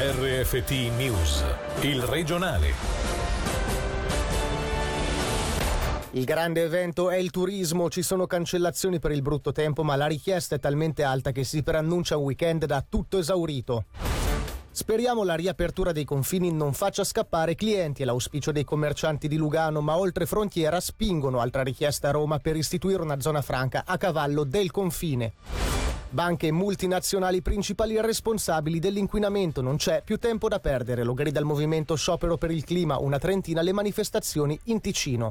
RFT News, il regionale. Il grande evento è il turismo, ci sono cancellazioni per il brutto tempo, ma la richiesta è talmente alta che si preannuncia un weekend da tutto esaurito. Speriamo la riapertura dei confini non faccia scappare clienti, è l'auspicio dei commercianti di Lugano, ma oltre frontiera spingono altra richiesta a Roma per istituire una zona franca a cavallo del confine. Banche multinazionali principali responsabili dell'inquinamento, non c'è più tempo da perdere, lo grida il movimento Sciopero per il Clima, una trentina le manifestazioni in Ticino.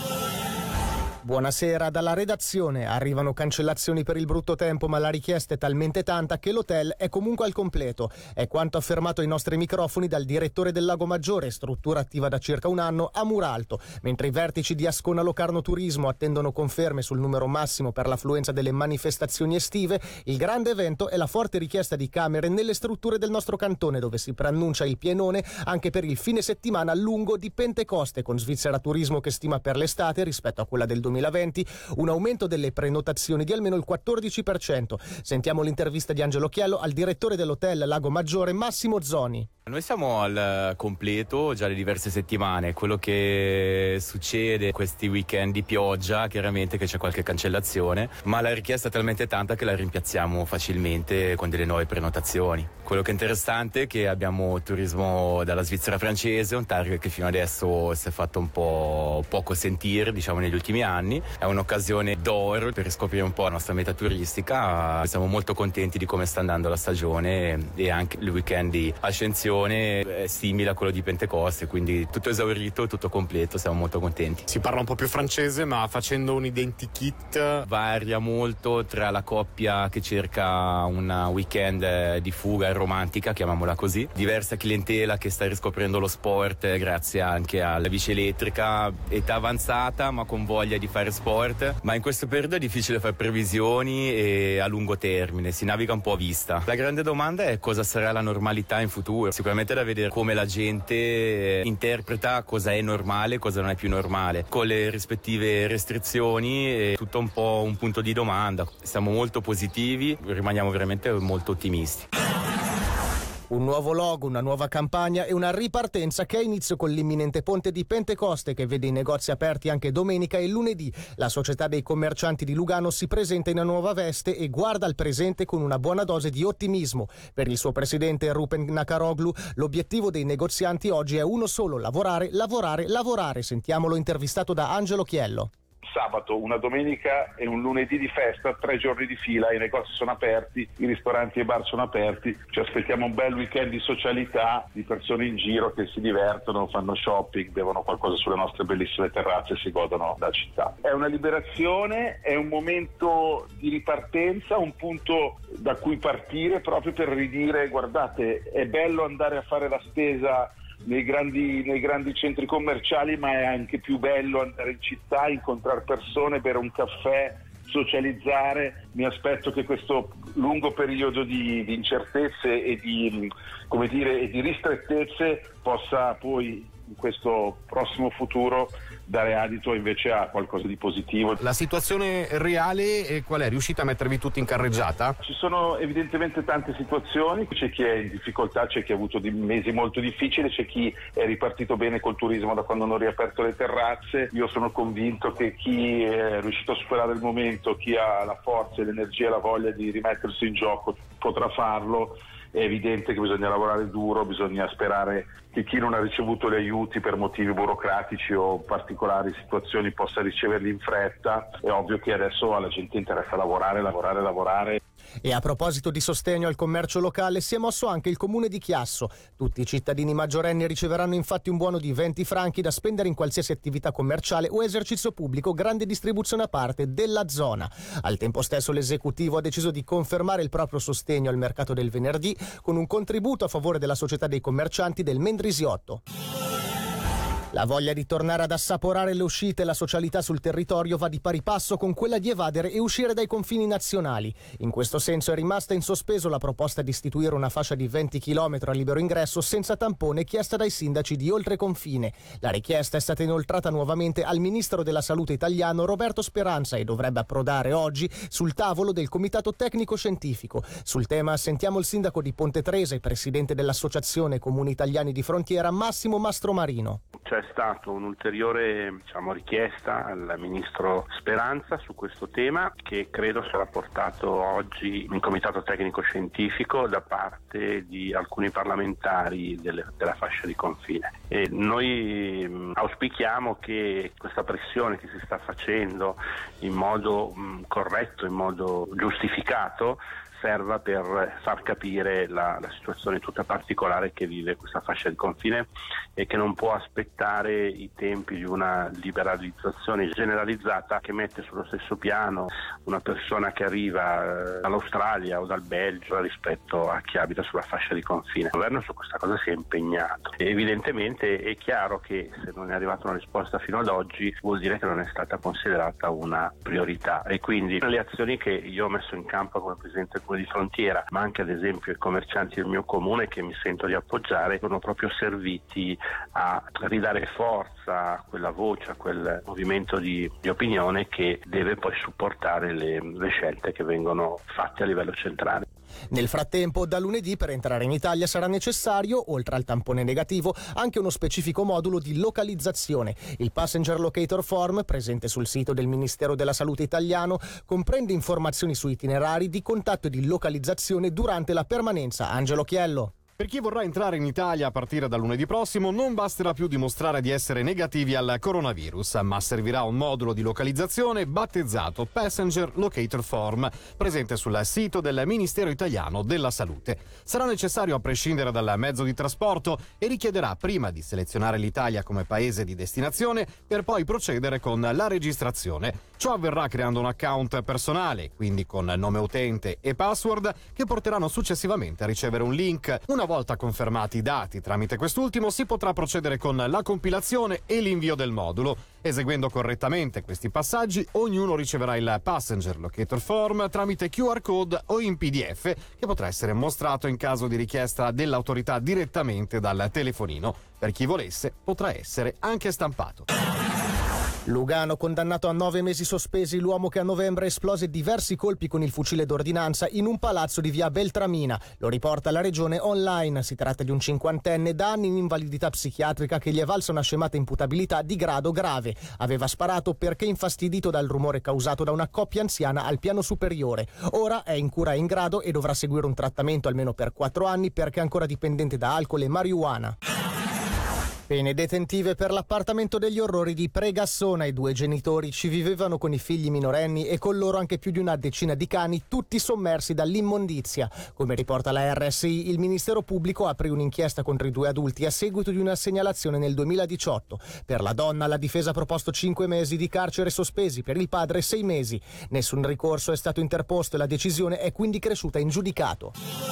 Buonasera, dalla redazione arrivano cancellazioni per il brutto tempo, ma la richiesta è talmente tanta che l'hotel è comunque al completo. È quanto affermato ai nostri microfoni dal direttore del Lago Maggiore, struttura attiva da circa un anno a Muralto, mentre i vertici di Ascona Locarno Turismo attendono conferme sul numero massimo per l'affluenza delle manifestazioni estive. Il grande evento è la forte richiesta di camere nelle strutture del nostro cantone, dove si preannuncia il pienone anche per il fine settimana lungo di Pentecoste, con Svizzera Turismo che stima per l'estate rispetto a quella del 2020 un aumento delle prenotazioni di almeno il 14%. Sentiamo l'intervista di Angelo Chiello al direttore dell'hotel Lago Maggiore Massimo Zoni. Noi siamo al completo già da diverse settimane. Quello che succede questi weekend di pioggia, chiaramente che c'è qualche cancellazione, ma la richiesta è talmente tanta che la rimpiazziamo facilmente con delle nuove prenotazioni. Quello che è interessante è che abbiamo turismo dalla Svizzera francese, un target che fino adesso si è fatto un po' poco sentire, diciamo, negli ultimi anni. È un'occasione d'oro per riscoprire un po' la nostra meta turistica. Siamo molto contenti di come sta andando la stagione e anche il weekend di Ascensione è simile a quello di Pentecoste, quindi tutto esaurito, tutto completo, siamo molto contenti. Si parla un po' più francese, ma facendo un identikit varia molto tra la coppia che cerca una weekend di fuga romantica, chiamiamola così, diversa clientela che sta riscoprendo lo sport grazie anche alla bici elettrica, età avanzata ma con voglia di fare sport, ma in questo periodo è difficile fare previsioni e a lungo termine, si naviga un po' a vista. La grande domanda è cosa sarà la normalità in futuro. Sicuramente è da vedere come la gente interpreta cosa è normale, cosa non è più normale. Con le rispettive restrizioni è tutto un po' un punto di domanda. Siamo molto positivi, rimaniamo veramente molto ottimisti. Un nuovo logo, una nuova campagna e una ripartenza che ha inizio con l'imminente ponte di Pentecoste che vede i negozi aperti anche domenica e lunedì. La società dei commercianti di Lugano si presenta in una nuova veste e guarda al presente con una buona dose di ottimismo. Per il suo presidente Rupen Nakaroglu l'obiettivo dei negozianti oggi è uno solo: lavorare, lavorare, lavorare. Sentiamolo intervistato da Angelo Chiello. Sabato, una domenica e un lunedì di festa, 3 giorni di fila, i negozi sono aperti, i ristoranti e i bar sono aperti, ci aspettiamo un bel weekend di socialità, di persone in giro che si divertono, fanno shopping, bevono qualcosa sulle nostre bellissime terrazze e si godono la città. È una liberazione, è un momento di ripartenza, un punto da cui partire proprio per ridire: guardate, è bello andare a fare la spesa nei grandi centri commerciali, ma è anche più bello andare in città, incontrare persone, bere un caffè, socializzare. Mi aspetto che questo lungo periodo di incertezze e di ristrettezze possa poi in questo prossimo futuro dare adito invece a qualcosa di positivo. La situazione reale qual è? Riuscite a mettervi tutti in carreggiata? Ci sono evidentemente tante situazioni, c'è chi è in difficoltà, c'è chi ha avuto mesi molto difficili, c'è chi è ripartito bene col turismo da quando hanno riaperto le terrazze. Io sono convinto che chi è riuscito a superare il momento, chi ha la forza, l'energia e la voglia di rimettersi in gioco potrà farlo. È evidente che bisogna lavorare duro, bisogna sperare che chi non ha ricevuto gli aiuti per motivi burocratici o particolari situazioni possa riceverli in fretta. È ovvio che adesso alla gente interessa lavorare. E a proposito di sostegno al commercio locale, si è mosso anche il comune di Chiasso. Tutti i cittadini maggiorenni riceveranno infatti un buono di 20 franchi da spendere in qualsiasi attività commerciale o esercizio pubblico, grande distribuzione a parte della zona. Al tempo stesso l'esecutivo ha deciso di confermare il proprio sostegno al mercato del venerdì con un contributo a favore della società dei commercianti del Mendrisiotto. La voglia di tornare ad assaporare le uscite e la socialità sul territorio va di pari passo con quella di evadere e uscire dai confini nazionali. In questo senso è rimasta in sospeso la proposta di istituire una fascia di 20 km a libero ingresso senza tampone chiesta dai sindaci di oltreconfine. La richiesta è stata inoltrata nuovamente al ministro della Salute italiano Roberto Speranza e dovrebbe approdare oggi sul tavolo del Comitato Tecnico Scientifico. Sul tema sentiamo il sindaco di Ponte Tresa e presidente dell'Associazione Comuni Italiani di Frontiera Massimo Mastromarino. C'è stata un'ulteriore richiesta al ministro Speranza su questo tema che credo sarà portato oggi in Comitato Tecnico Scientifico da parte di alcuni parlamentari della fascia di confine. E noi auspichiamo che questa pressione che si sta facendo in modo corretto, in modo giustificato, serva per far capire la situazione tutta particolare che vive questa fascia di confine e che non può aspettare i tempi di una liberalizzazione generalizzata che mette sullo stesso piano una persona che arriva dall'Australia o dal Belgio rispetto a chi abita sulla fascia di confine. Il governo su questa cosa si è impegnato e evidentemente è chiaro che se non è arrivata una risposta fino ad oggi vuol dire che non è stata considerata una priorità e quindi le azioni che io ho messo in campo come presidente di Frontiera, ma anche ad esempio i commercianti del mio comune che mi sento di appoggiare, sono proprio serviti a ridare forza a quella voce, a quel movimento di opinione che deve poi supportare le scelte che vengono fatte a livello centrale. Nel frattempo, da lunedì per entrare in Italia sarà necessario, oltre al tampone negativo, anche uno specifico modulo di localizzazione. Il Passenger Locator Form, presente sul sito del Ministero della Salute italiano, comprende informazioni su itinerari di contatto e di localizzazione durante la permanenza. Angelo Chiello. Per chi vorrà entrare in Italia a partire da lunedì prossimo non basterà più dimostrare di essere negativi al coronavirus, ma servirà un modulo di localizzazione battezzato Passenger Locator Form, presente sul sito del Ministero Italiano della Salute. Sarà necessario a prescindere dal mezzo di trasporto e richiederà prima di selezionare l'Italia come paese di destinazione per poi procedere con la registrazione. Ciò avverrà creando un account personale, quindi con nome utente e password, che porteranno successivamente a ricevere un link. Una volta confermati i dati tramite quest'ultimo si potrà procedere con la compilazione e l'invio del modulo. Eseguendo correttamente questi passaggi, ognuno riceverà il Passenger Locator Form tramite QR code o in PDF che potrà essere mostrato in caso di richiesta dell'autorità direttamente dal telefonino. Per chi volesse potrà essere anche stampato. Lugano condannato a 9 mesi sospesi l'uomo che a novembre esplose diversi colpi con il fucile d'ordinanza in un palazzo di via Beltramina. Lo riporta la regione online. Si tratta di un 50enne da anni in invalidità psichiatrica che gli è valsa una scemata imputabilità di grado grave. Aveva sparato perché infastidito dal rumore causato da una coppia anziana al piano superiore. Ora è in cura in grado e dovrà seguire un trattamento almeno per 4 anni perché è ancora dipendente da alcol e marijuana. Pene detentive per l'appartamento degli orrori di Pregassona. I 2 genitori ci vivevano con i figli minorenni e con loro anche più di una decina di cani, tutti sommersi dall'immondizia. Come riporta la RSI, il Ministero Pubblico aprì un'inchiesta contro i 2 adulti a seguito di una segnalazione nel 2018. Per la donna la difesa ha proposto 5 mesi di carcere sospesi, per il padre 6 mesi. Nessun ricorso è stato interposto e la decisione è quindi cresciuta in giudicato.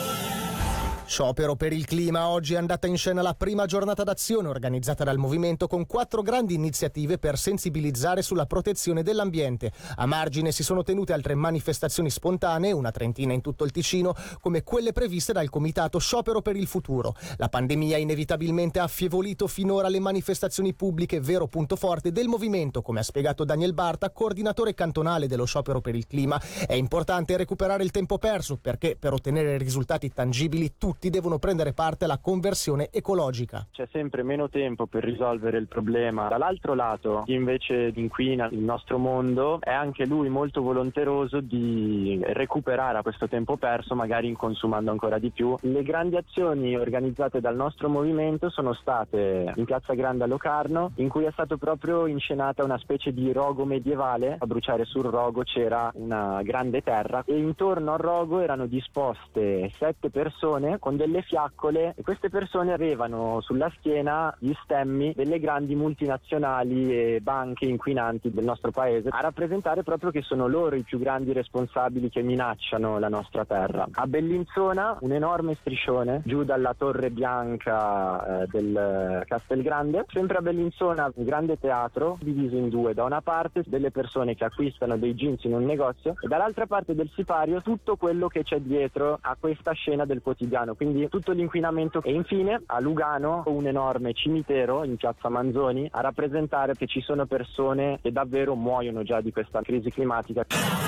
Sciopero per il clima. Oggi è andata in scena la prima giornata d'azione organizzata dal movimento con 4 grandi iniziative per sensibilizzare sulla protezione dell'ambiente. A margine si sono tenute altre manifestazioni spontanee, una trentina in tutto il Ticino, come quelle previste dal comitato Sciopero per il futuro. La pandemia inevitabilmente ha affievolito finora le manifestazioni pubbliche, vero punto forte del movimento, come ha spiegato Daniel Barta, coordinatore cantonale dello Sciopero per il clima. È importante recuperare il tempo perso perché per ottenere risultati tangibili tutti devono prendere parte alla conversione ecologica. C'è sempre meno tempo per risolvere il problema. Dall'altro lato, chi invece inquina il nostro mondo è anche lui molto volenteroso di recuperare questo tempo perso, magari consumando ancora di più. Le grandi azioni organizzate dal nostro movimento sono state in Piazza Grande a Locarno, in cui è stato proprio inscenata una specie di rogo medievale. A bruciare sul rogo c'era una grande terra e intorno al rogo erano disposte 7 persone con delle fiaccole, e queste persone avevano sulla schiena gli stemmi delle grandi multinazionali e banche inquinanti del nostro paese, a rappresentare proprio che sono loro i più grandi responsabili che minacciano la nostra terra. A Bellinzona un enorme striscione giù dalla Torre Bianca del Castelgrande, sempre a Bellinzona un grande teatro diviso in due: da una parte delle persone che acquistano dei jeans in un negozio e dall'altra parte del sipario tutto quello che c'è dietro a questa scena del quotidiano, quindi tutto l'inquinamento. E infine a Lugano un enorme cimitero in piazza Manzoni, a rappresentare che ci sono persone che davvero muoiono già di questa crisi climatica.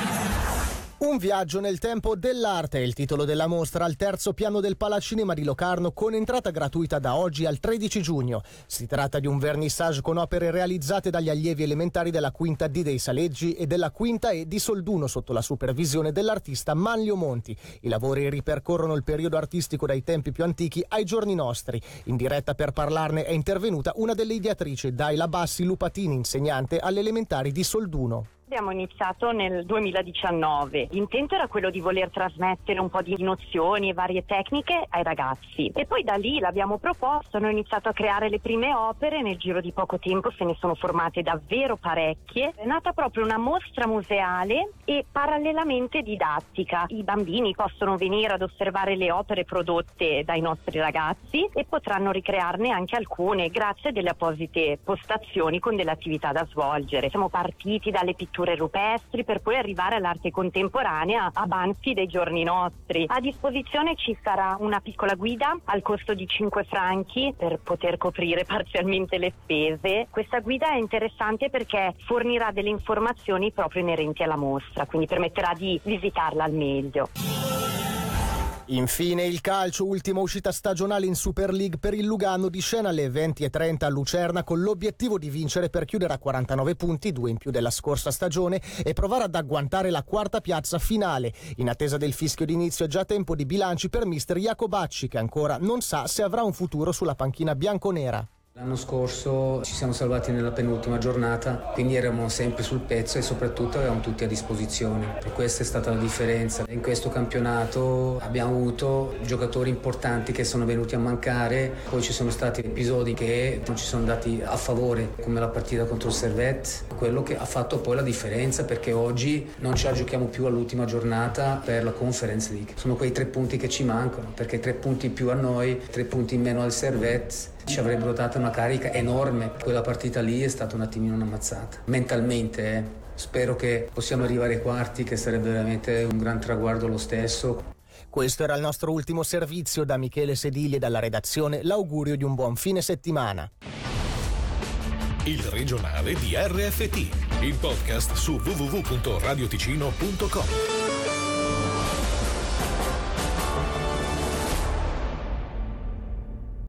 Un viaggio nel tempo dell'arte è il titolo della mostra al terzo piano del Palacinema di Locarno, con entrata gratuita da oggi al 13 giugno. Si tratta di un vernissage con opere realizzate dagli allievi elementari della quinta D dei Saleggi e della quinta E di Solduno sotto la supervisione dell'artista Manlio Monti. I lavori ripercorrono il periodo artistico dai tempi più antichi ai giorni nostri. In diretta per parlarne è intervenuta una delle ideatrici, Daila Bassi Lupatini, insegnante alle elementari di Solduno. Abbiamo iniziato nel 2019. L'intento era quello di voler trasmettere un po' di nozioni e varie tecniche ai ragazzi, e poi da lì l'abbiamo proposto, hanno iniziato a creare le prime opere. Nel giro di poco tempo se ne sono formate davvero parecchie. È nata proprio una mostra museale e parallelamente didattica. I bambini possono venire ad osservare le opere prodotte dai nostri ragazzi e potranno ricrearne anche alcune grazie a delle apposite postazioni con delle attività da svolgere. Siamo partiti dalle pitture rupestri per poi arrivare all'arte contemporanea a Banfi dei giorni nostri. A disposizione ci sarà una piccola guida al costo di 5 franchi per poter coprire parzialmente le spese. Questa guida è interessante perché fornirà delle informazioni proprio inerenti alla mostra, quindi permetterà di visitarla al meglio. Infine il calcio, ultima uscita stagionale in Super League per il Lugano, di scena alle 20:30 a Lucerna, con l'obiettivo di vincere per chiudere a 49 punti, 2 in più della scorsa stagione, e provare ad agguantare la quarta piazza finale. In attesa del fischio d'inizio è già tempo di bilanci per mister Jacobacci, che ancora non sa se avrà un futuro sulla panchina bianconera. L'anno scorso ci siamo salvati nella penultima giornata, quindi eravamo sempre sul pezzo e soprattutto avevamo tutti a disposizione. E questa è stata la differenza. In questo campionato abbiamo avuto giocatori importanti che sono venuti a mancare, poi ci sono stati episodi che non ci sono andati a favore, come la partita contro il Servette, quello che ha fatto poi la differenza, perché oggi non ce la giochiamo più all'ultima giornata per la Conference League. Sono quei 3 punti che ci mancano, perché 3 punti più a noi, 3 punti in meno al Servette ci avrebbero dato una carica enorme. Quella partita lì è stata un attimino una mazzata mentalmente. Spero che possiamo arrivare ai quarti, che sarebbe veramente un gran traguardo lo stesso. Questo era il nostro ultimo servizio. Da Michele Sedili e dalla redazione l'augurio di un buon fine settimana. Il regionale di RFT, il podcast su www.radioticino.com.